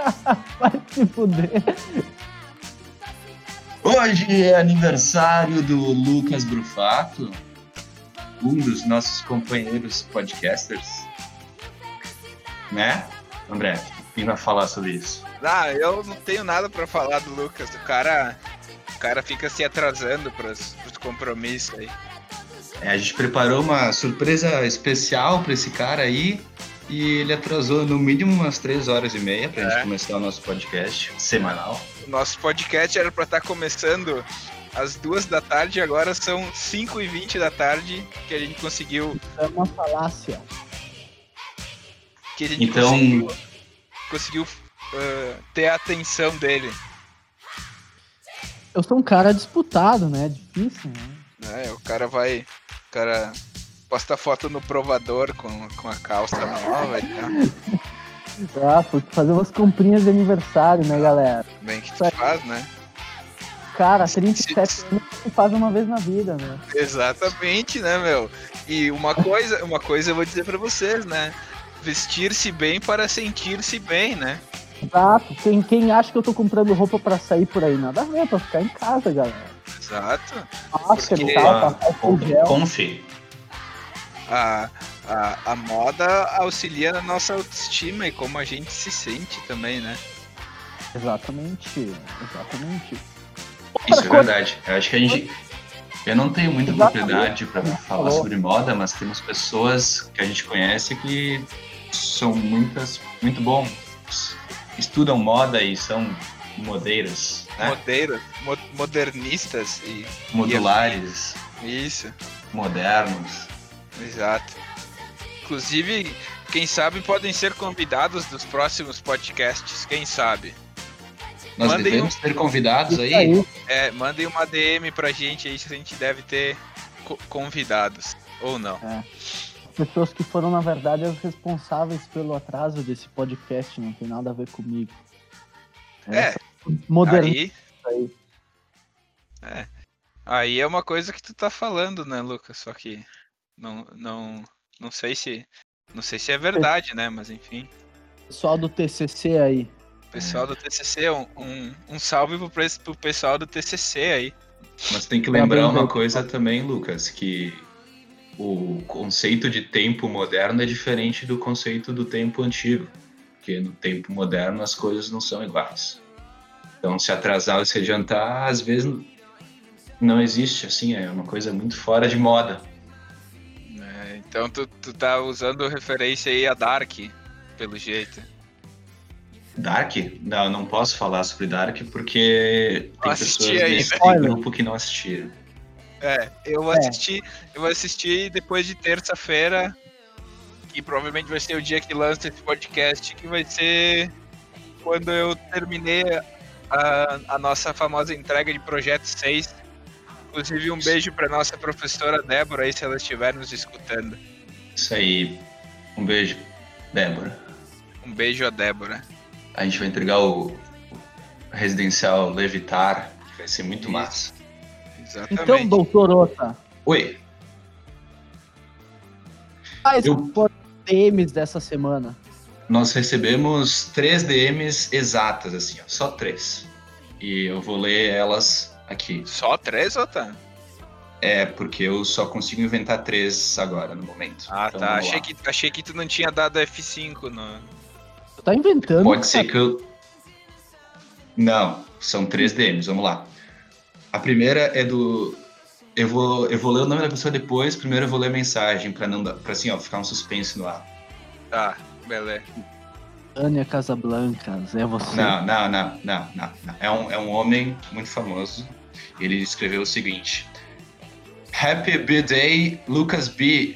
Vai se fuder. Hoje é aniversário do Lucas Brufato, um dos nossos companheiros podcasters. Né, André? Quem vai falar sobre isso? Eu não tenho nada pra falar do Lucas. O cara fica se atrasando pros compromissos aí. A gente preparou uma surpresa especial pra esse cara aí e ele atrasou no mínimo umas 3h30 pra gente começar o nosso podcast semanal. O nosso podcast era pra estar começando às 2h, agora são 5h20 que a gente conseguiu. É uma falácia. Que a gente conseguiu ter a atenção dele. Eu sou um cara disputado, né? É difícil, né? O cara posta foto no provador com a calça nova e tal. Fui fazer umas comprinhas de aniversário, né, galera? Bem que tu faz, né? Cara, 37 anos se faz uma vez na vida, né? Exatamente, né, meu? E uma coisa eu vou dizer pra vocês, né? Vestir-se bem para sentir-se bem, né? Exato. Quem acha que eu tô comprando roupa pra sair por aí? Nada a ver, pra ficar em casa, galera. Exato. Máscara e tal, passar gel. Confie. A moda auxilia na nossa autoestima e como a gente se sente também, né? Exatamente. Isso é verdade. Eu acho que eu não tenho muita propriedade para falar sobre moda, mas temos pessoas que a gente conhece que são muito bons, estudam moda e são modeiras, né? Modernistas e modulares. Isso. Modernos. Exato. Inclusive, quem sabe podem ser convidados dos próximos podcasts, quem sabe? Nós devemos ter convidados aí. Mandem uma DM pra gente aí se a gente deve ter convidados, ou não. Pessoas que foram, na verdade, as responsáveis pelo atraso desse podcast, não tem nada a ver comigo. Modernista aí. Aí é uma coisa que tu tá falando, né, Lucas? Só que não sei se é verdade, né? Mas enfim. Pessoal do TCC aí. Pessoal do TCC, um salve pro pessoal do TCC aí. Mas tem que lembrar uma coisa também, Lucas, que o conceito de tempo moderno é diferente do conceito do tempo antigo. Porque no tempo moderno as coisas não são iguais. Então, se atrasar ou se adiantar, às vezes não existe, assim, é uma coisa muito fora de moda. Então tu tá usando referência aí a Dark, pelo jeito. Dark? Não posso falar sobre Dark porque tem pessoas nesse grupo que não assistiram. Eu vou assistir depois de terça-feira, que provavelmente vai ser o dia que lança esse podcast, que vai ser quando eu terminei a nossa famosa entrega de Projeto 6. Inclusive, um beijo para nossa professora Débora aí, se ela estiver nos escutando. Isso aí. Um beijo, Débora. Um beijo a Débora. A gente vai entregar o residencial Levitar, que vai ser muito massa. Exatamente. Então, doutor Ota. Oi. Quais foram os DMs dessa semana? Nós recebemos 3 DMs exatas, assim, ó, só 3. E eu vou ler elas aqui. Só 3, Ota? Porque eu só consigo inventar 3 agora, no momento. Então, tá. Achei que tu não tinha dado F5 no... Tu tá inventando? Pode ser que eu... Não, são 3 DMs, vamos lá. A primeira é do... Eu vou ler o nome da pessoa depois, primeiro eu vou ler a mensagem, pra assim, ó, ficar um suspense no ar. Tá, beleza. Tânia Casablancas, é você? Não. É um homem muito famoso. Ele escreveu o seguinte: Happy Birthday, Lucas B.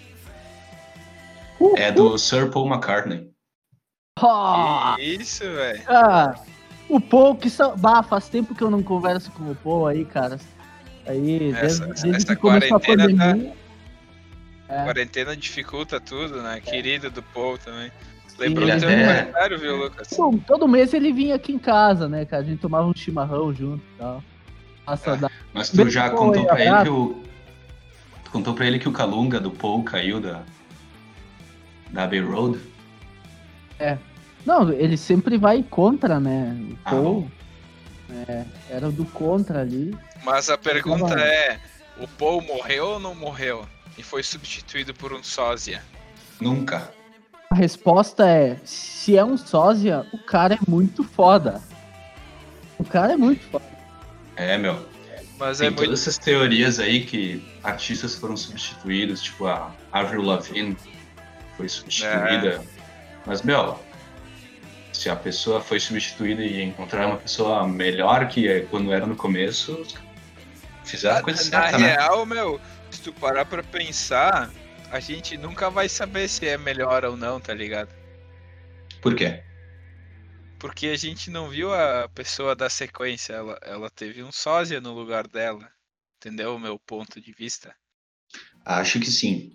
É do Sir Paul McCartney. Que isso, velho. O Paul, faz tempo que eu não converso com o Paul aí, cara. Aí, desde que começou a pandemia... Quarentena dificulta tudo, né? Querido do Paul também. Lembrou do teu comentário, viu, Lucas? Bom, todo mês ele vinha aqui em casa, né, cara? A gente tomava um chimarrão junto e tal. Mas tu já contou pra ele que Tu contou pra ele que o Calunga do Paul caiu da Abbey Road? Não, ele sempre vai contra, né? O Paul era do contra ali. Mas a pergunta é, o Paul morreu ou não morreu? E foi substituído por um sósia? Nunca. A resposta é, se é um sósia, o cara é muito foda. O cara é muito foda. Meu. Mas tem todas essas teorias aí que artistas foram substituídos, tipo a Avril Lavigne foi substituída. Mas, se a pessoa foi substituída e encontrar uma pessoa melhor que quando era no começo, fizeram a coisa certa, né? Na real, se tu parar pra pensar, a gente nunca vai saber se é melhor ou não, tá ligado? Por quê? Porque a gente não viu a pessoa da sequência, ela teve um sósia no lugar dela. Entendeu o meu ponto de vista? Acho que sim.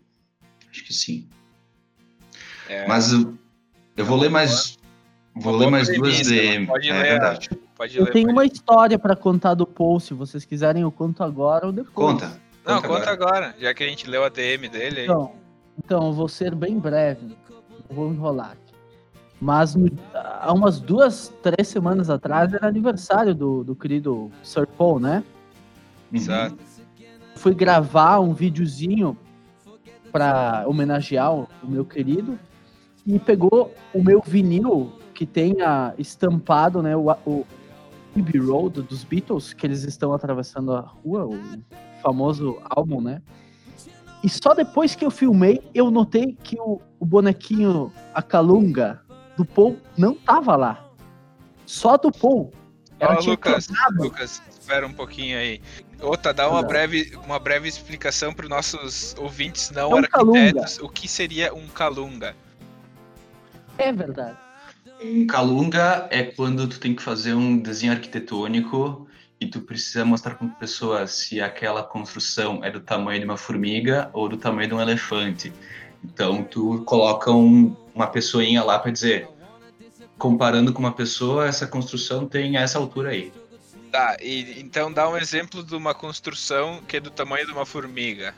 Mas eu vou ler mais... Vou ler mais duas DM. Pode ler, verdade. Eu tenho uma história pra contar do Paul, se vocês quiserem eu conto agora ou depois. Conta. Conta agora, já que a gente leu a DM dele aí. Então eu vou ser bem breve, não vou enrolar aqui. Mas há umas 2-3 semanas atrás era aniversário do querido Sir Paul, né? Exato. Fui gravar um videozinho pra homenagear o meu querido e pegou o meu vinil que tem estampado, né, o Abbey Road dos Beatles, que eles estão atravessando a rua, o famoso álbum, né? E só depois que eu filmei, eu notei que o bonequinho, a Calunga, do Paul, não tava lá. Só do Paul. Lucas, espera um pouquinho aí. Dá uma breve explicação para os nossos ouvintes não arquitetos. O que seria um Calunga? É verdade. Um Calunga é quando tu tem que fazer um desenho arquitetônico e tu precisa mostrar para a pessoa se aquela construção é do tamanho de uma formiga ou do tamanho de um elefante. Então tu coloca uma pessoinha lá para dizer, comparando com uma pessoa, essa construção tem essa altura aí. Tá, então dá um exemplo de uma construção que é do tamanho de uma formiga.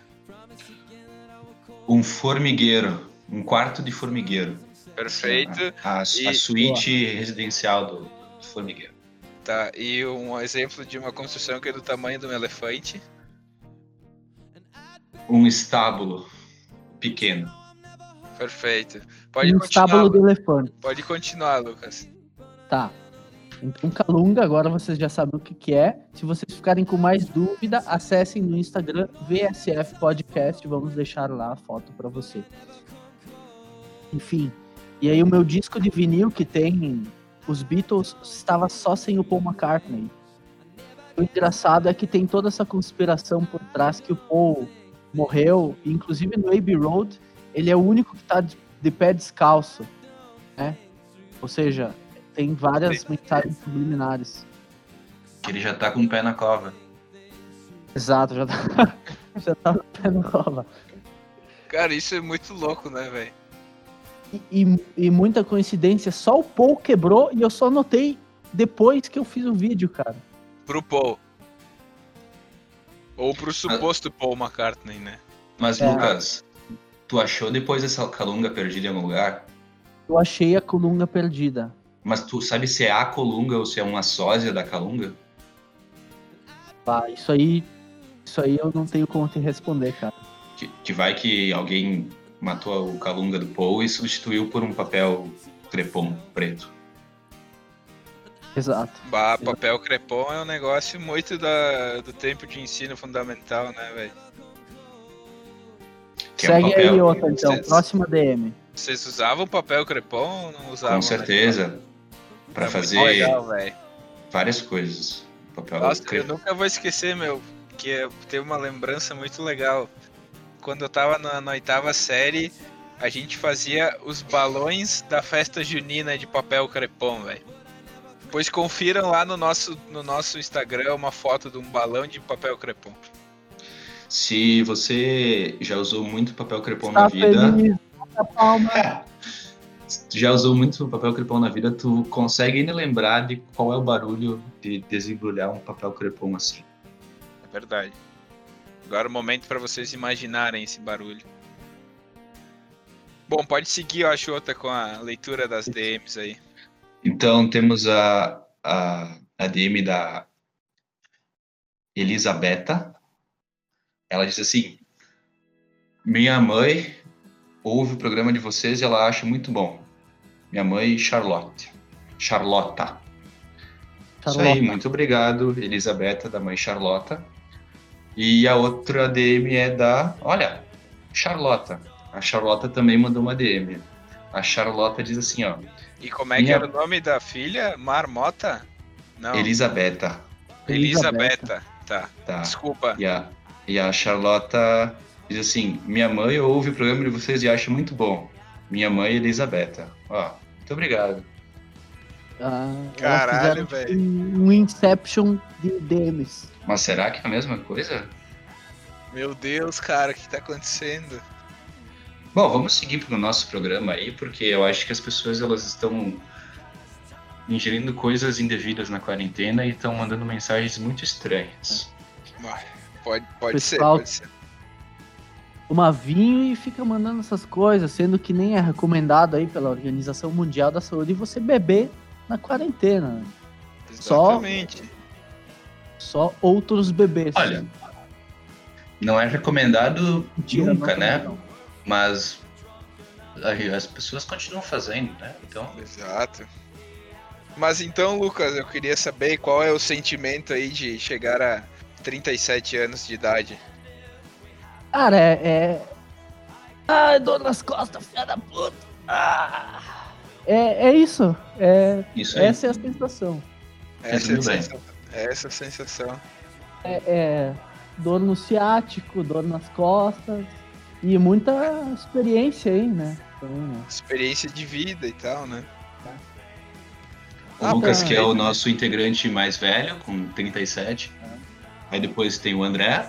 Um formigueiro, um quarto de formigueiro. Perfeito. A suíte residencial do formigueiro. Tá, e um exemplo de uma construção que é do tamanho de um elefante? Um estábulo pequeno. Perfeito. Estábulo do elefante. Pode continuar, Lucas. Tá. Então, Calunga, agora vocês já sabem o que é. Se vocês ficarem com mais dúvida, acessem no Instagram VSF Podcast. Vamos deixar lá a foto para você. Enfim. E aí o meu disco de vinil que tem os Beatles estava só sem o Paul McCartney. O engraçado é que tem toda essa conspiração por trás que o Paul morreu. Inclusive no Abbey Road, ele é o único que está de pé descalço, né? Ou seja, tem várias mensagens subliminares. Ele já tá com o pé na cova. Exato, já tá com o pé na cova. Cara, isso é muito louco, né, velho? E muita coincidência, só o Paul quebrou e eu só notei depois que eu fiz o vídeo, cara. Pro Paul. Ou pro suposto Paul McCartney, né? Mas, Lucas, tu achou depois essa Calunga perdida em algum lugar? Eu achei a Calunga perdida. Mas tu sabe se é a Calunga ou se é uma sósia da Calunga? Isso aí eu não tenho como te responder, cara. Que vai que alguém matou o Calunga do Paul e substituiu por um papel crepom preto. Exato. Papel crepom é um negócio muito do tempo de ensino fundamental, né, velho? Segue aí outra, então. Próxima DM. Vocês usavam papel crepom ou não usavam? Com certeza. Pra fazer legal, várias coisas. Nossa, eu nunca vou esquecer, que teve uma lembrança muito legal. Quando eu tava na 8ª série, a gente fazia os balões da festa junina de papel crepom, velho. Depois confiram lá no nosso Instagram uma foto de um balão de papel crepom. Se você já usou muito papel crepom na vida... Já usou muito papel crepom na vida, tu consegue ainda lembrar de qual é o barulho de desembrulhar um papel crepom assim. É verdade. Agora é o momento para vocês imaginarem esse barulho. Bom, pode seguir, eu acho, outra com a leitura das DMs aí. Então, temos a DM da Elisabetta. Ela diz assim: minha mãe ouve o programa de vocês e ela acha muito bom. Minha mãe, Charlotta. Isso aí, muito obrigado, Elisabetta, da mãe Charlotta. E a outra DM é da, olha, Charlotta. A Charlotta também mandou uma DM. A Charlotta diz assim, ó. E como é que era o nome da filha? Marmota? Não. Elisabetta. Tá. Desculpa. E a Charlotta diz assim: minha mãe ouve o programa de vocês e acha muito bom. Minha mãe, Elisabetta. Ó, muito obrigado. Caralho, velho. Um Inception de DMs. Mas será que é a mesma coisa? Meu Deus, cara, o que tá acontecendo? Bom, vamos seguir pro nosso programa aí, porque eu acho que as pessoas elas estão ingerindo coisas indevidas na quarentena e estão mandando mensagens muito estranhas. Pode ser, pode ser. Toma vinho e fica mandando essas coisas, sendo que nem é recomendado aí pela Organização Mundial da Saúde você beber na quarentena. Exatamente. Só outros bebês. Olha, não é recomendado nunca, né? Não. Mas as pessoas continuam fazendo, né? Então... Exato. Mas então, Lucas, eu queria saber qual é o sentimento aí de chegar a 37 anos de idade. Cara, Ai, dor nas costas, filha da puta. É isso. Isso aí. Essa é a sensação. Essa sensação. Dor no ciático, dor nas costas. E muita experiência aí, né? Também, né? Experiência de vida e tal, né? O Lucas, que é o nosso integrante mais velho, com 37. Aí depois tem o André.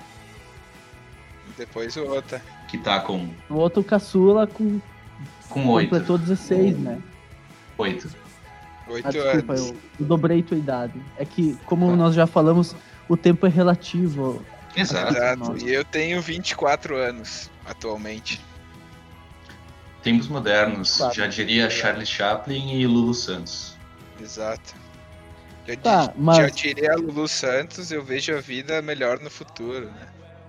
Depois o outro. Que tá com... O outro caçula com 8. Completou 16, né? 8. 8 desculpa, anos. eu dobrei tua idade. É que, como nós já falamos, o tempo é relativo. Exato. E eu tenho 24 anos atualmente. Tempos modernos. Claro. Já diria Charlie Chaplin e Lulu Santos. Exato. Já tirei a Lulu Santos, eu vejo a vida melhor no futuro, né?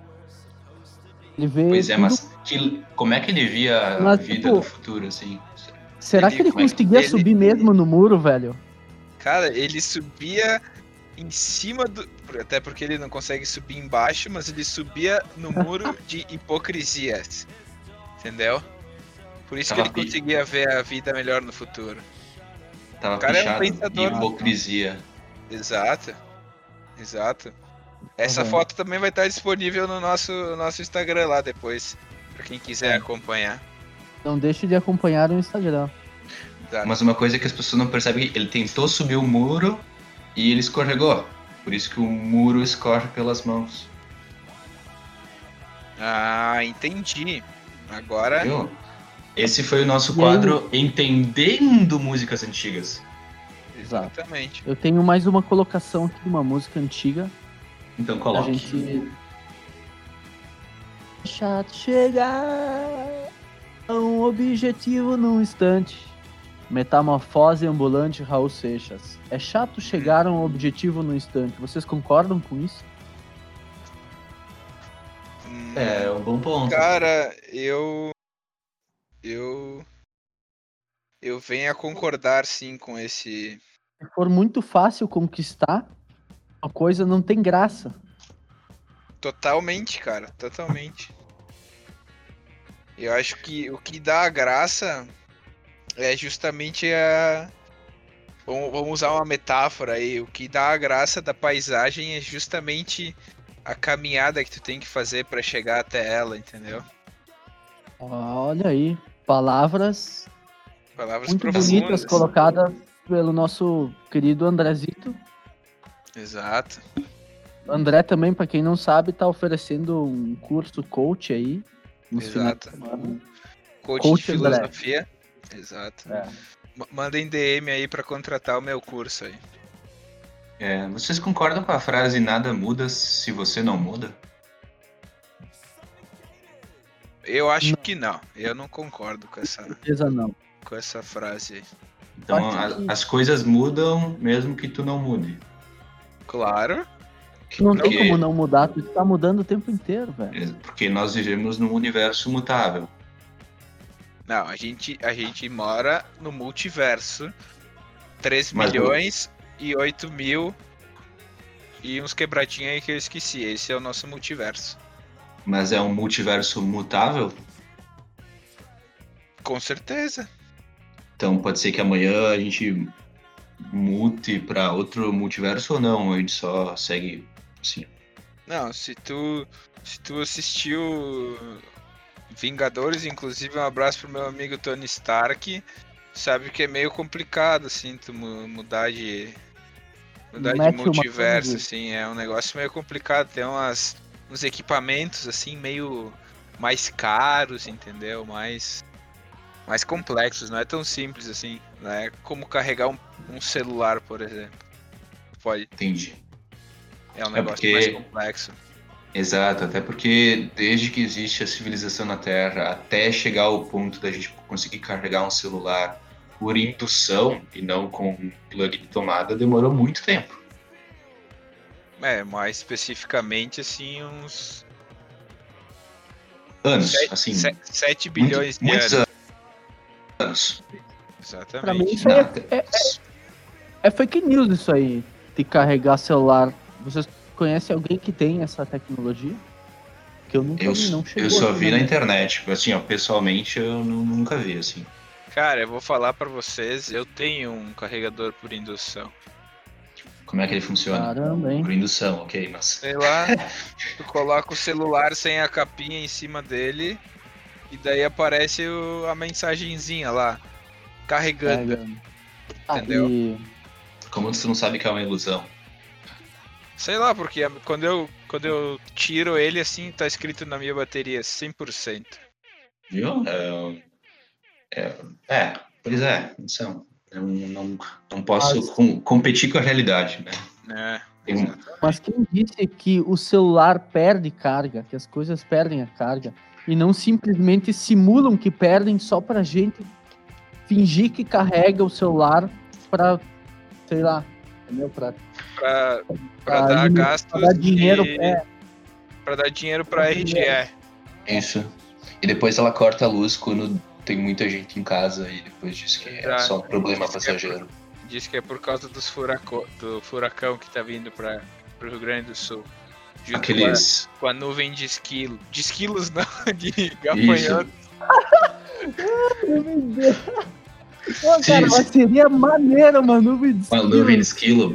Pois é, mas como é que ele via a vida no futuro, assim? Será que ele conseguia subir mesmo no muro, velho? Cara, ele subia em cima do... Até porque ele não consegue subir embaixo, mas ele subia no muro de hipocrisias. Entendeu? Por isso que ele conseguia ver a vida melhor no futuro. Tava o cara pichado é um pensador. Hipocrisia. Exato. Essa foto também vai estar disponível no nosso Instagram lá depois, pra quem quiser acompanhar. Não deixe de acompanhar o Instagram. Exato. Mas uma coisa que as pessoas não percebem, ele tentou subir o muro e ele escorregou. Por isso que o muro escorre pelas mãos. Ah, entendi. Agora... Viu? Esse foi o nosso quadro Entendendo Músicas Antigas. Exatamente. Eu tenho mais uma colocação aqui de uma música antiga. Então coloque. A gente... Chato chegar a um objetivo num instante. Metamorfose ambulante, Raul Seixas. É chato chegar a um objetivo num instante. Vocês concordam com isso? É um bom ponto. Cara, eu venho a concordar sim com esse... Se for muito fácil conquistar, a coisa não tem graça. Totalmente, cara, totalmente. Eu acho que o que dá a graça é justamente a... Vamos usar uma metáfora aí. O que dá a graça da paisagem é justamente a caminhada que tu tem que fazer pra chegar até ela, entendeu? Olha aí, palavras muito profundas. bonitas colocadas pelo nosso querido Andrezito. Exato. André também, pra quem não sabe, tá oferecendo um curso coach aí. Exato. Coach de filosofia. André. Exato. Mandem DM aí pra contratar o meu curso aí. Vocês concordam com a frase nada muda se você não muda? Eu acho que não. Eu não concordo com essa, certeza não. com essa frase aí. Então as coisas mudam mesmo que tu não mude. Claro. Não tem como não mudar, tu tá mudando o tempo inteiro, velho. Porque nós vivemos num universo mutável. Não, a gente mora no multiverso. 3 milhões e 8 mil e uns quebradinhos aí que eu esqueci. Esse é o nosso multiverso. Mas é um multiverso mutável? Com certeza. Então pode ser que amanhã a gente mute pra outro multiverso ou não? A gente só segue assim. Não, se tu assistiu Vingadores, inclusive um abraço pro meu amigo Tony Stark, sabe que é meio complicado, assim, tu mudar de multiverso, assim, é um negócio meio complicado, tem uns equipamentos, assim, meio mais caros, entendeu? Mais complexos, não é tão simples, assim, não é como carregar um celular, por exemplo. Pode. Entendi. É um negócio mais complexo. Exato, até porque desde que existe a civilização na Terra, até chegar ao ponto da gente conseguir carregar um celular por indução e não com um plug de tomada, demorou muito tempo. Mais especificamente, assim, uns... Anos, 7 bilhões de muitos anos. Exatamente. Pra mim isso é fake news isso aí, de carregar celular. Vocês conhecem alguém que tem essa tecnologia? Que eu nunca vi, não chegou. Eu só vi na internet, assim, ó, pessoalmente eu nunca vi, assim. Cara, eu vou falar pra vocês, eu tenho um carregador por indução. Como é que ele funciona? Caramba, hein? Por indução, ok, mas... Sei lá, tu coloca o celular sem a capinha em cima dele e daí aparece a mensagenzinha lá, carregando. Entendeu? Como tu não sabe que é uma ilusão? Sei lá, porque quando eu tiro ele assim, tá escrito na minha bateria 100%. Viu? Pois é, não posso competir com a realidade, né? Mas quem disse que o celular perde carga, que as coisas perdem a carga, e não simplesmente simulam que perdem só pra gente fingir que carrega o celular pra, sei lá, entendeu? Pra dar gastos, pra dar dinheiro, pra dar dinheiro pra RGE. Isso. E depois ela corta a luz quando tem muita gente em casa e depois diz que é só um problema passageiro. Diz que é por causa do furacão que tá vindo pro Rio Grande do Sul. Junto com a nuvem de esquilo. De esquilos não, de gafanhotos. Meu Deus. Pô, cara, mas seria maneiro uma nuvem de esquilo. Uma nuvem de esquilo,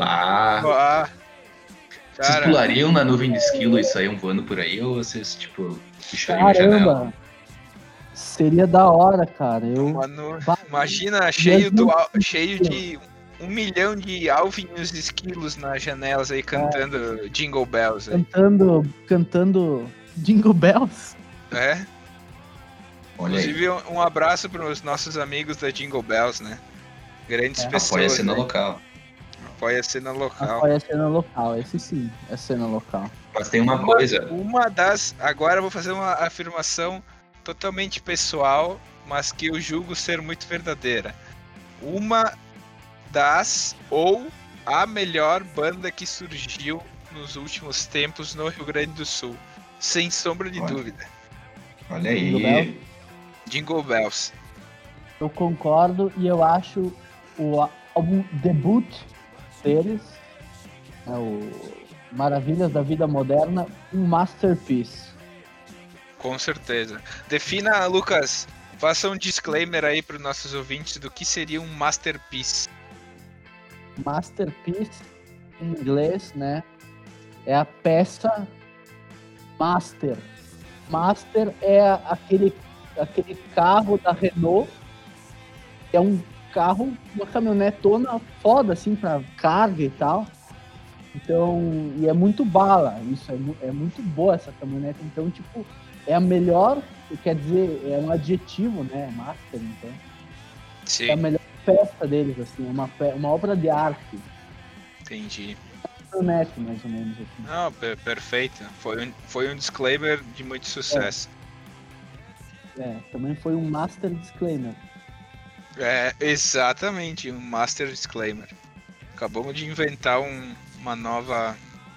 Vocês pulariam na nuvem de esquilo e saíam voando por aí ou vocês, tipo, puxariam a janela? Seria da hora, cara. Imagina cheio de 1 milhão de alvinhos esquilos nas janelas aí cantando Jingle Bells. Aí. Cantando Jingle Bells? É. Inclusive, um abraço para os nossos amigos da Jingle Bells, né? Grandes pessoas. Apoia a cena local. Apoia a cena local. Apoia a cena local, esse sim, é cena local. Mas tem uma coisa. Agora eu vou fazer uma afirmação totalmente pessoal, mas que eu julgo ser muito verdadeira. Uma das, ou a melhor banda que surgiu nos últimos tempos no Rio Grande do Sul. Sem sombra de dúvida. Olha aí. Jingle Bells. Eu concordo e eu acho o álbum debut deles, o Maravilhas da Vida Moderna, um masterpiece. Com certeza. Defina, Lucas, faça um disclaimer aí para os nossos ouvintes do que seria um masterpiece. Masterpiece, em inglês, né, é a peça master. Master é aquele carro da Renault, que é um carro, uma caminhonetona foda, assim, pra carga e tal. Então, e é muito bala, isso, é muito boa essa caminhonete. Então, tipo, é a melhor, quer dizer, é um adjetivo, né, master, então. Sim. É a melhor peça deles, assim, é uma obra de arte. Entendi. Caminhonete, mais ou menos, assim. Não, perfeito. Foi um disclaimer de muito sucesso. Também foi um master disclaimer. Exatamente, um master disclaimer. Acabamos de inventar uma nova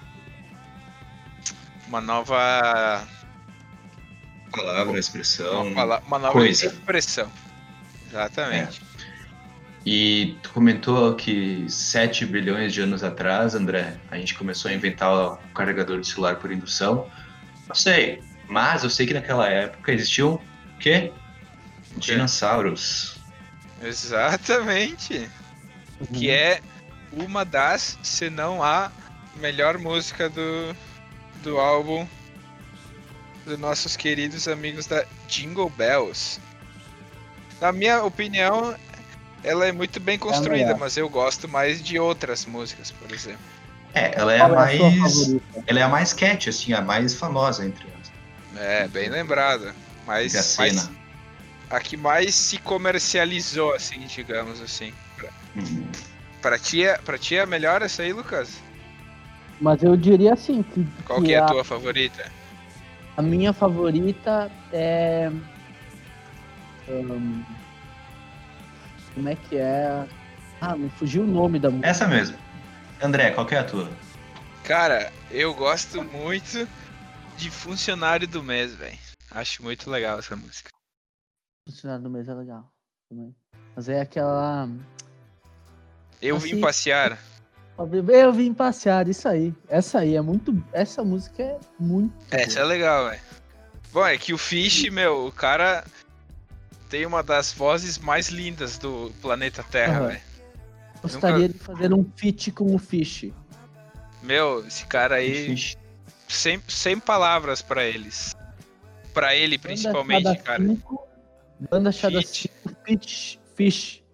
palavra, expressão, uma nova coisa. expressão. Exatamente. E tu comentou que 7 bilhões de anos atrás, André, a gente começou a inventar o carregador de celular por indução. Não sei, mas eu sei que naquela época existiam o quê? Dinossauros. Exatamente. Que é uma das, se não a melhor música do álbum dos nossos queridos amigos da Jingle Bells. Na minha opinião, ela é muito bem construída, mas eu gosto mais de outras músicas, por exemplo. Ela é ela é a mais catchy, assim, a mais famosa entre elas. Bem lembrada. Mas a que mais se comercializou, assim, digamos assim. Pra ti é a melhor essa aí, Lucas? Mas eu diria assim que... Qual que é a tua favorita? A minha favorita é... como é que é? Me fugiu o nome da música. Essa mesmo. André, qual que é a tua? Cara, eu gosto muito de Funcionário do Mês, velho. Acho muito legal essa música. Funcionário do Mês é legal também. Mas é aquela... Eu vim passear. Eu vim passear, isso aí. Essa aí é muito... Essa música é muito... Essa é legal, velho. Bom, é que o Fish, o cara tem uma das vozes mais lindas do planeta Terra, velho. Gostaria de fazer um feat com o Fish. Esse cara aí... Sem palavras pra eles. Pra ele, principalmente, cara. Banda Chada 5, Fish.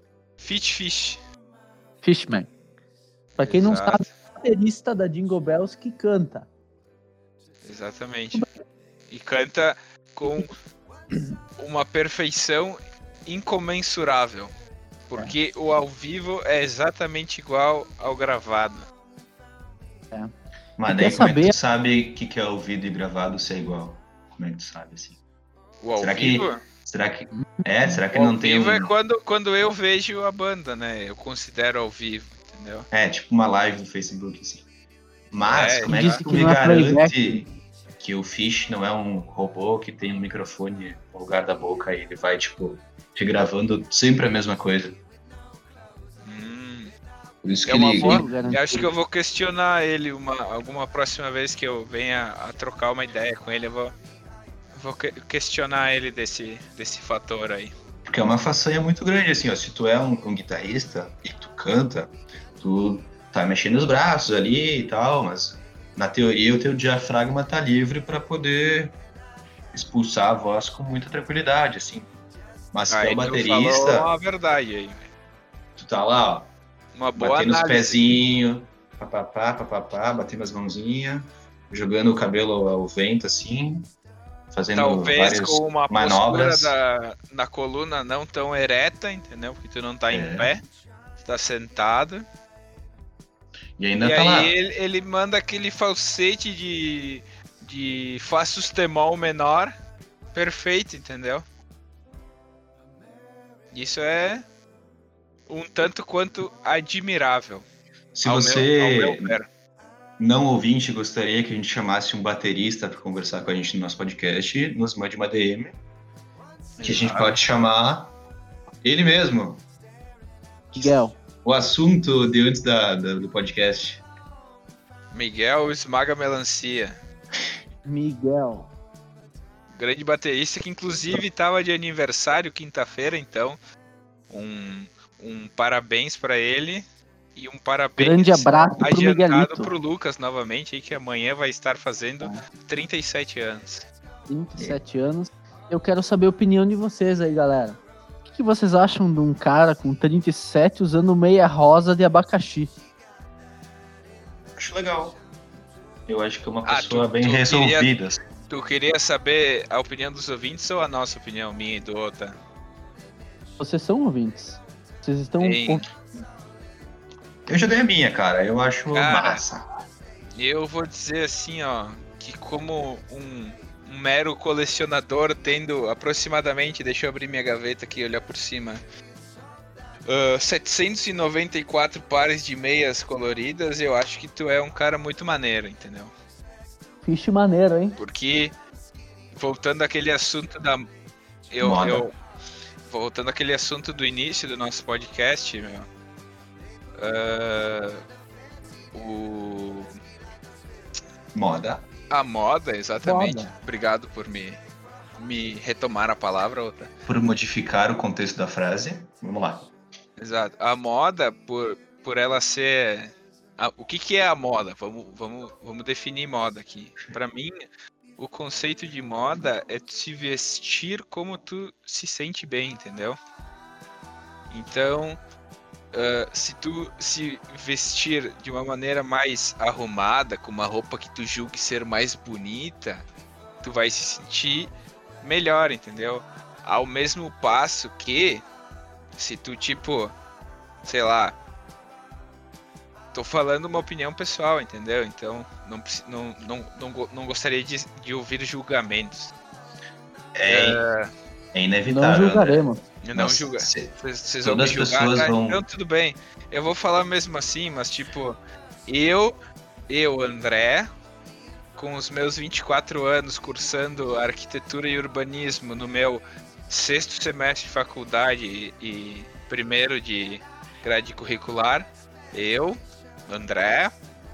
Fishman. Pra quem não sabe, é o baterista da Jingle Bells que canta. Exatamente. E canta com uma perfeição incomensurável. Porque o ao vivo é exatamente igual ao gravado. Mas daí como é que tu sabe o que é ouvido e gravado se é igual? Como é que tu sabe, assim? O ao vivo? Será que não tem ao vivo é quando eu vejo a banda, né? Eu considero ao vivo, entendeu? Tipo uma live no Facebook, assim. Mas como é que tu me não garante que o Fish não é um robô que tem um microfone no lugar da boca e ele vai, tipo, te gravando sempre a mesma coisa? Por isso que eu acho que eu vou questionar ele alguma próxima vez que eu venha a trocar uma ideia com ele, eu vou questionar ele desse fator aí. Porque é uma façanha muito grande, assim, ó. Se tu é um guitarrista e tu canta, tu tá mexendo os braços ali e tal, mas na teoria o teu diafragma tá livre para poder expulsar a voz com muita tranquilidade, assim. Mas se tu é o baterista... Tu falou a verdade aí. Tu tá lá, ó. Uma boa batendo análise. os pezinhos, batendo as mãozinhas, jogando o cabelo ao vento, assim, fazendo talvez com uma manobras. Postura na coluna não tão ereta, entendeu? Porque tu não tá em pé, tu tá sentado. E ainda tá lá. Ele manda aquele falsete de Fá sustemol menor perfeito, entendeu? Isso é um tanto quanto admirável. Se você, não ouvinte, gostaria que a gente chamasse um baterista para conversar com a gente no nosso podcast, nos mande uma DM, que a gente pode chamar ele mesmo. Miguel. O assunto de antes do podcast. Miguel Esmaga Melancia. Miguel. Grande baterista que inclusive estava de aniversário quinta-feira, então um parabéns para ele e um parabéns grande abraço adiantado pro Lucas novamente, aí, que amanhã vai estar fazendo 37 anos. 37 anos. Eu quero saber a opinião de vocês aí, galera. O que vocês acham de um cara com 37 usando meia rosa de abacaxi? Acho legal. Eu acho que é uma pessoa bem resolvida. Tu queria saber a opinião dos ouvintes ou a nossa opinião, minha e do Ota? Vocês são ouvintes. Vocês estão... Eu já dei a minha, cara. Eu acho massa. Eu vou dizer assim, ó, que como um mero colecionador tendo aproximadamente, deixa eu abrir minha gaveta aqui e olhar por cima, 794 pares de meias coloridas, eu acho que tu é um cara muito maneiro, entendeu? Fiche maneiro, hein? Porque, voltando àquele assunto da... voltando àquele assunto do início do nosso podcast, meu... Moda. A moda, exatamente. Moda. Obrigado por me retomar a palavra, outra. Por modificar o contexto da frase. Vamos lá. Exato. A moda, por ela ser... o que é a moda? Vamos definir moda aqui. Pra mim, o conceito de moda é tu se vestir como tu se sente bem, entendeu? Então, se tu se vestir de uma maneira mais arrumada, com uma roupa que tu julgue ser mais bonita, tu vai se sentir melhor, entendeu? Ao mesmo passo que, se tu, tipo, sei lá, tô falando uma opinião pessoal, entendeu? Então, não gostaria de ouvir julgamentos. É inevitável. Não julgaremos. Não julga. Vocês vão me Todas as julgar, pessoas tá? vão... Então tudo bem. Eu vou falar mesmo assim, mas tipo, eu, André, com os meus 24 anos cursando arquitetura e urbanismo no meu 6º semestre de faculdade e 1º de grade curricular, eu, André,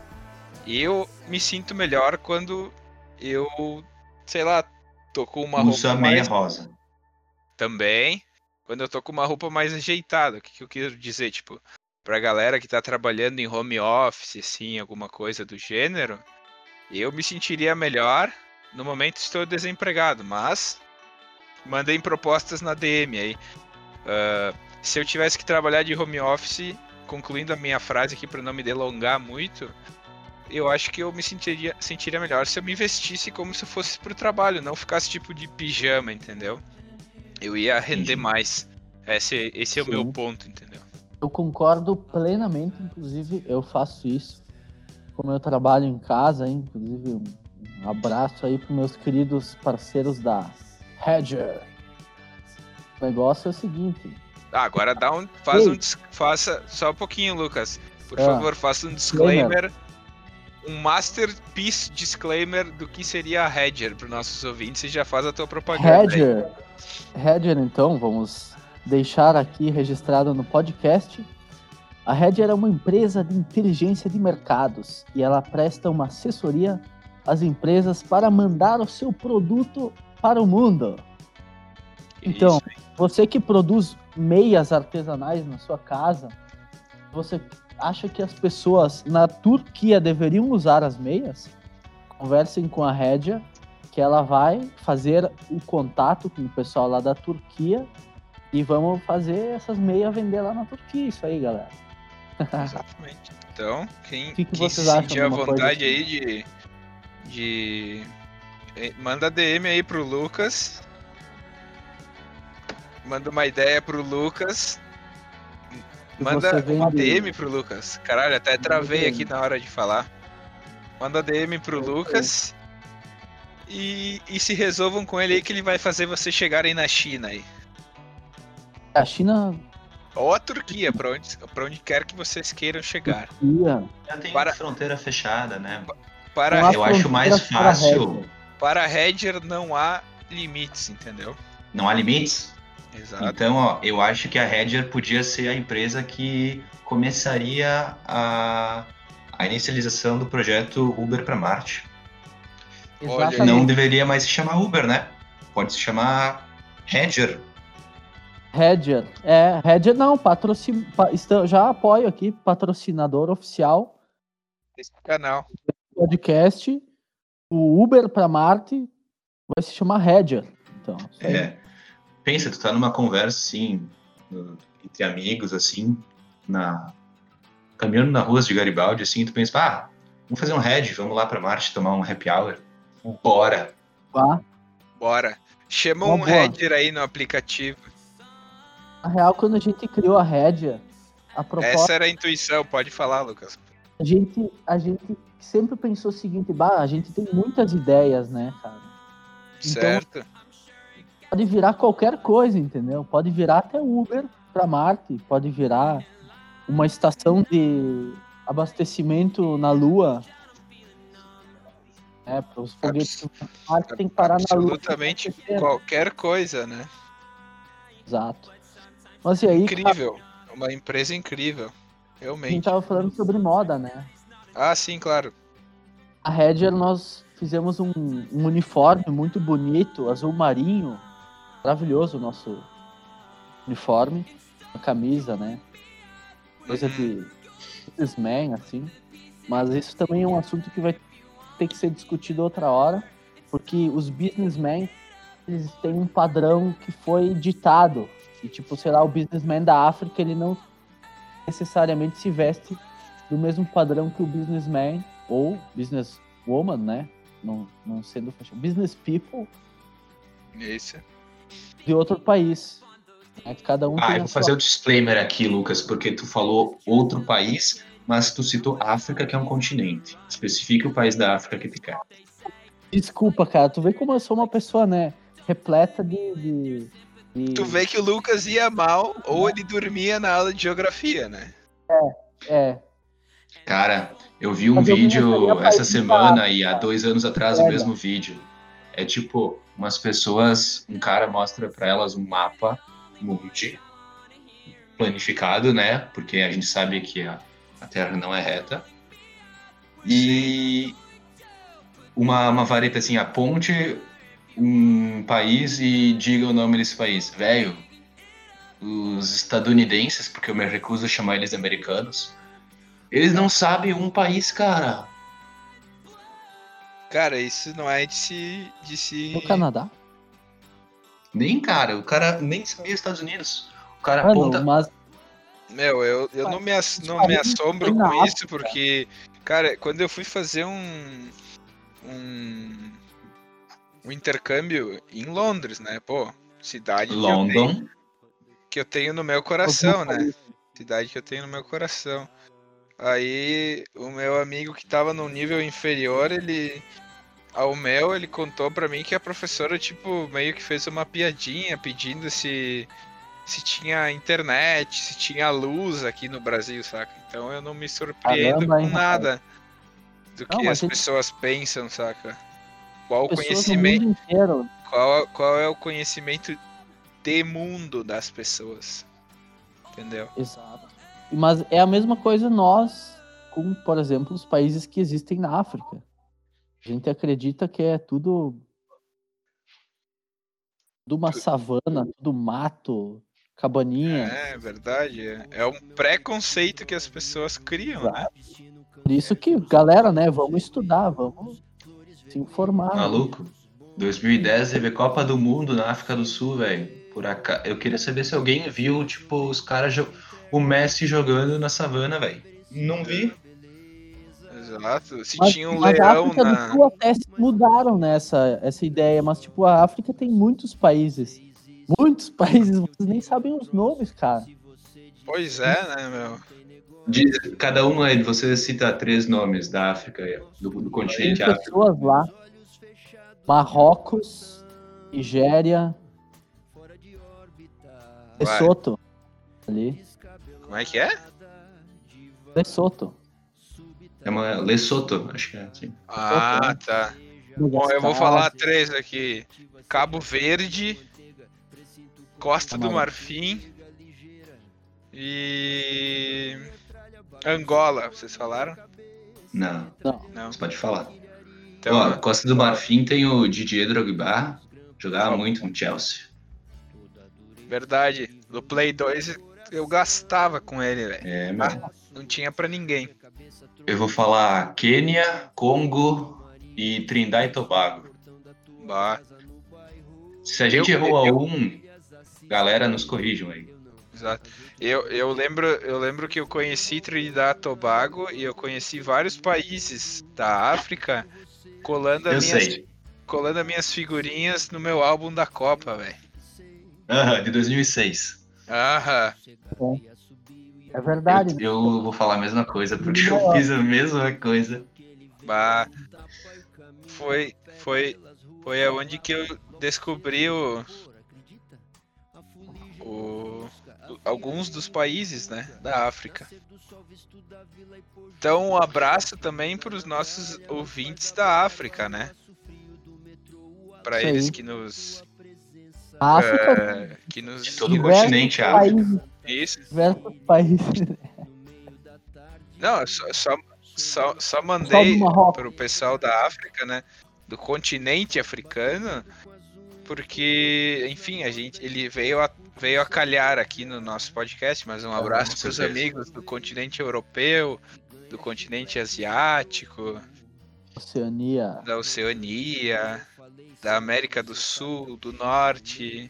eu me sinto melhor quando eu, sei lá, tô com uma Usa roupa meia mais... rosa. Também, quando eu tô com uma roupa mais ajeitada. O que eu quero dizer? Tipo, pra galera que tá trabalhando em home office, assim, alguma coisa do gênero, eu me sentiria melhor. No momento estou desempregado, mas mandem propostas na DM aí. Se eu tivesse que trabalhar de home office, concluindo a minha frase aqui pra não me delongar muito, eu acho que eu me sentiria melhor se eu me vestisse como se fosse pro trabalho, não ficasse tipo de pijama, entendeu? Eu ia render mais. Esse é o meu ponto, entendeu? Eu concordo plenamente, inclusive eu faço isso. Como eu trabalho em casa, hein? Inclusive um abraço aí para meus queridos parceiros da Hedger. O negócio é o seguinte. Agora faça só um pouquinho, Lucas. Por favor, faça um disclaimer. Um masterpiece disclaimer do que seria a Hedger para os nossos ouvintes e já faz a tua propaganda. Hedger, então, vamos deixar aqui registrado no podcast. A Hedger é uma empresa de inteligência de mercados e ela presta uma assessoria às empresas para mandar o seu produto para o mundo. Então, você que produz meias artesanais na sua casa, você acha que as pessoas na Turquia deveriam usar as meias? Conversem com a Hedger, que ela vai fazer o contato com o pessoal lá da Turquia e vamos fazer essas meias vender lá na Turquia. Isso aí, galera. Exatamente. Então, quem se vocês acham sentir à de uma vontade coisa aí de manda DM aí pro Lucas. Manda uma ideia pro Lucas. Manda uma DM pro Lucas. Caralho, até travei aqui na hora de falar. Manda DM pro Lucas. E se resolvam com ele aí que ele vai fazer vocês chegarem na China aí. A China... Ou a Turquia, pra onde quer que vocês queiram chegar. Já tem fronteira fechada, né? Eu acho mais fácil... Para a Hedger não há limites, entendeu? Não há limites? Exato. Então, eu acho que a Hedger podia ser a empresa que começaria a inicialização do projeto Uber para Marte. Exatamente. Não deveria mais se chamar Uber, né? Pode se chamar Hedger. Hedger não, já apoio aqui, patrocinador oficial desse canal. Podcast, o Uber para Marte vai se chamar Hedger. Então, pensa, tu tá numa conversa assim, entre amigos, assim, caminhando na rua de Garibaldi, assim, tu pensa, vamos fazer um Hedge, vamos lá pra Marte tomar um happy hour. Bora! Bora! Chama um Hedger aí no aplicativo. Na real, quando a gente criou a Hedger, a proposta... Essa era a intuição, pode falar, Lucas. A gente sempre pensou o seguinte, a gente tem muitas ideias, né, cara? Certo. Então, pode virar qualquer coisa, entendeu? Pode virar até Uber para Marte, pode virar uma estação de abastecimento na Lua. Para os foguetes que vão para Marte tem que parar na Lua. Absolutamente qualquer coisa, né? Exato. Mas e aí, incrível. Uma empresa incrível. a Realmente. gente tava falando sobre moda, né? Ah, sim, claro. A Hedger, nós fizemos um uniforme muito bonito, azul marinho. Maravilhoso o nosso uniforme. A camisa, né? Coisa de businessman, assim. Mas isso também é um assunto que vai ter que ser discutido outra hora. Porque os businessmen, eles têm um padrão que foi ditado. E, tipo, sei lá, o businessman da África, ele não necessariamente se veste do mesmo padrão que o businessman ou businesswoman, né? Não sendo business people Isso. de outro país. Cada um tem eu vou fazer o disclaimer aqui, Lucas, porque tu falou outro país, mas tu citou África, que é um continente. Especifica o país da África que tu quer. Desculpa, cara. Tu vê como eu sou uma pessoa, né? Repleta de... Tu vê que o Lucas ia mal ou ele dormia na aula de geografia, né? Cara, eu vi um Mas eu vídeo essa semana e há 2 anos atrás o Olha. mesmo vídeo. É tipo, umas pessoas, um cara mostra pra elas um mapa mundi planificado, né? Porque a gente sabe que a Terra não é reta. E uma vareta assim, aponte um país e diga o nome desse país. Velho, os estadunidenses, porque eu me recuso a chamar eles americanos, eles não sabem um país, cara. Cara, isso não é de se... No Canadá? Nem, cara, o cara nem sabia Estados Unidos. O cara Mano, aponta... mas Meu, eu não me assombro tem na com isso, África. porque, cara, quando eu fui fazer um intercâmbio em Londres, né? Pô, cidade London. que eu tenho no meu coração, né? Cidade que eu tenho no meu coração. Aí o meu amigo que tava num nível inferior, ele contou pra mim que a professora, tipo, meio que fez uma piadinha pedindo se tinha internet, se tinha luz aqui no Brasil, saca? Então eu não me surpreendo Caramba, com hein, nada do Não, que mas as pessoas pensam, saca? Qual o pessoas no conhecimento, mundo inteiro. qual é o conhecimento de mundo das pessoas, entendeu? Exato. Mas é a mesma coisa nós com, por exemplo, os países que existem na África. A gente acredita que é tudo uma savana, tudo mato, cabaninha. É verdade, é um preconceito que as pessoas criam, né? Por isso que, galera, né, vamos estudar, vamos se informar. Maluco. 2010 teve Copa do Mundo na África do Sul, velho. Por acaso. Eu queria saber se alguém viu, tipo, os caras. O Messi jogando na savana, velho. Não vi. Exato. Se Mas, tinha um mas a leão África do Sul até se mudaram nessa essa ideia, mas tipo, a África tem muitos países. Muitos países, vocês nem sabem os nomes, cara. Pois é, né, meu? Cada um aí, você cita 3 nomes da África, do Tem continente África. pessoas lá. Marrocos, Nigéria, Lesoto. Ali. Como é que é? Lesoto. É uma Lesoto, acho que é assim. Ah, tá. Bom, eu vou falar 3 aqui. Cabo Verde, Costa do Marfim e Angola, vocês falaram? Não, Não. você pode falar. Então, Ó, Costa do Marfim tem o Didier Drogba, jogava muito no Chelsea. Verdade. No Play 2 eu gastava com ele, velho. É, mano. Não tinha pra ninguém. Eu vou falar Quênia, Congo e Trindade e Tobago. Bah. Se a gente errou algum, galera, nos corrijam aí. Exato. Eu lembro que eu conheci Trinidad e Tobago e eu conheci vários países da África colando as minhas figurinhas no meu álbum da Copa, velho. De 2006. Aham. É verdade. Eu vou falar a mesma coisa, porque eu fiz a mesma coisa. Bah. Foi Foi aonde que eu descobri alguns dos países, né, da África. Então, um abraço também para os nossos ouvintes da África, né? Para Isso eles aí. que nos A África, De todo o diversos continente África. países, Isso. diversos países. Não, só Pessoal mandei do Marrocos. para o pessoal da África, né? Do continente africano, porque, enfim, ele veio a calhar aqui no nosso podcast, mas um abraço Com para os certeza. amigos do continente europeu, do continente asiático, Oceania. da Oceania, da América do Sul, do Norte,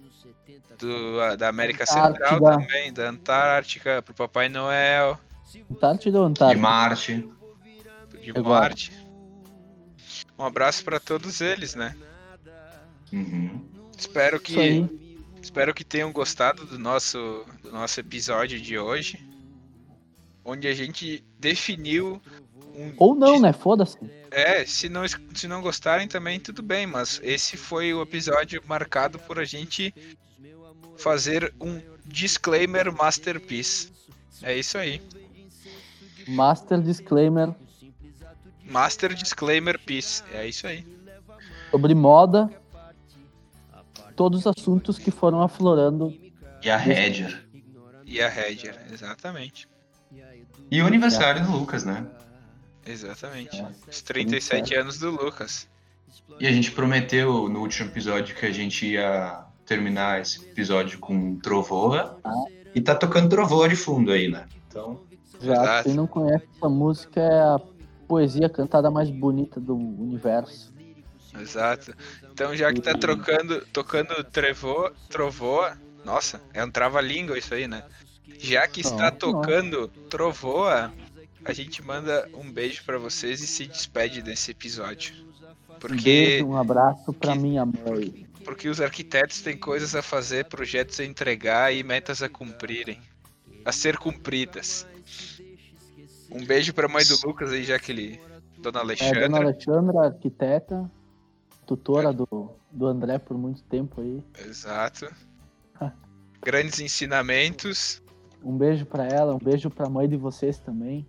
da América Central Antártida. também, da Antártica, pro Papai Noel, Antártida ou De Antártida? Marte. de Agora. Marte. Um abraço para todos eles, né? Uhum. Espero Isso aí. que tenham gostado do nosso episódio de hoje, onde a gente definiu Ou não, né? Foda-se. se não gostarem também tudo bem, mas esse foi o episódio marcado por a gente fazer um disclaimer masterpiece. É isso aí. Master Disclaimer Master disclaimer piece. É isso aí. sobre moda. Todos os assuntos que foram aflorando. E a Rédia. E a Hedger, exatamente. E o aniversário do Lucas, né? Exatamente. É, Os 37 anos do Lucas. E a gente prometeu no último episódio que a gente ia terminar esse episódio com Trovoa. E tá tocando Trovoa de fundo aí, né? Então, Já, Exato. quem não conhece essa música, é a poesia cantada mais bonita do universo. Exato. Então já que tá tocando Trovoa, nossa, é um trava-língua isso aí, né? Já que está Não. tocando Trovoa, a gente manda um beijo pra vocês e se despede desse episódio. Um Porque, beijo, um abraço pra que- minha mãe. porque os arquitetos têm coisas a fazer, projetos a entregar e metas a cumprirem. A ser cumpridas. Um beijo pra mãe do Lucas aí, Dona É, Alexandra. Dona Alexandra, arquiteta, tutora do André por muito tempo aí. Exato. Grandes ensinamentos. Um beijo pra ela, um beijo pra mãe de vocês também.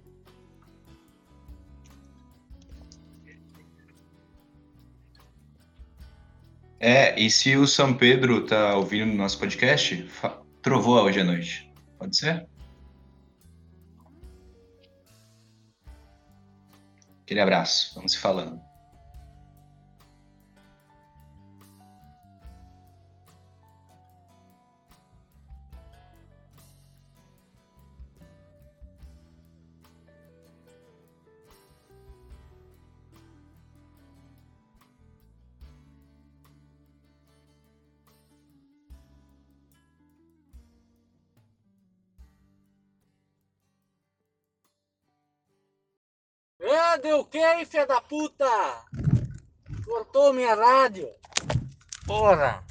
e se o São Pedro tá ouvindo o nosso podcast, Trovoa hoje à noite. Pode ser? Aquele abraço. Vamos se falando. Deu o quê, filha da puta? Cortou minha rádio. Porra.